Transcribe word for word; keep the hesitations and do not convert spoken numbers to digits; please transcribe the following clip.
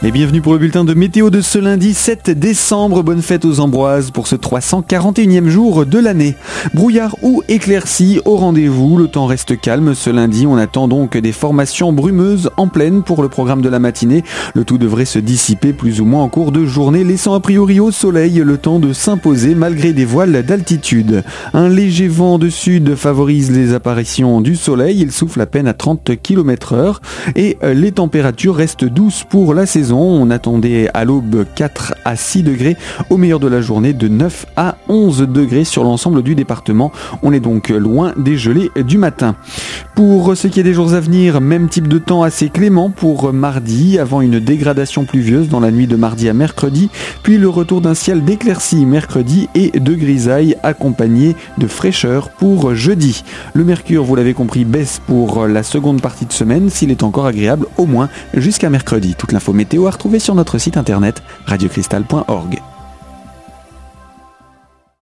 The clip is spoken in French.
Et bienvenue pour le bulletin de météo de ce lundi sept décembre. Bonne fête aux Ambroises pour ce trois cent quarante et unième jour de l'année. Brouillard ou éclaircies au rendez-vous. Le temps reste calme ce lundi. On attend donc des formations brumeuses en pleine pour le programme de la matinée. Le tout devrait se dissiper plus ou moins en cours de journée, laissant a priori au soleil le temps de s'imposer malgré des voiles d'altitude. Un léger vent de sud favorise les apparitions du soleil. Il souffle à peine à trente kilomètres heure et les températures restent douces pour la saison. On attendait à l'aube quatre à six degrés, au meilleur de la journée de neuf à onze degrés sur l'ensemble du département. On est donc loin des gelées du matin. Pour ce qui est des jours à venir, même type de temps assez clément pour mardi, avant une dégradation pluvieuse dans la nuit de mardi à mercredi, puis le retour d'un ciel d'éclaircies mercredi et de grisailles accompagné de fraîcheur pour jeudi. Le mercure, vous l'avez compris, baisse pour la seconde partie de semaine, s'il est encore agréable au moins jusqu'à mercredi. Toute l'info météo à retrouver sur notre site internet radio cristal point org.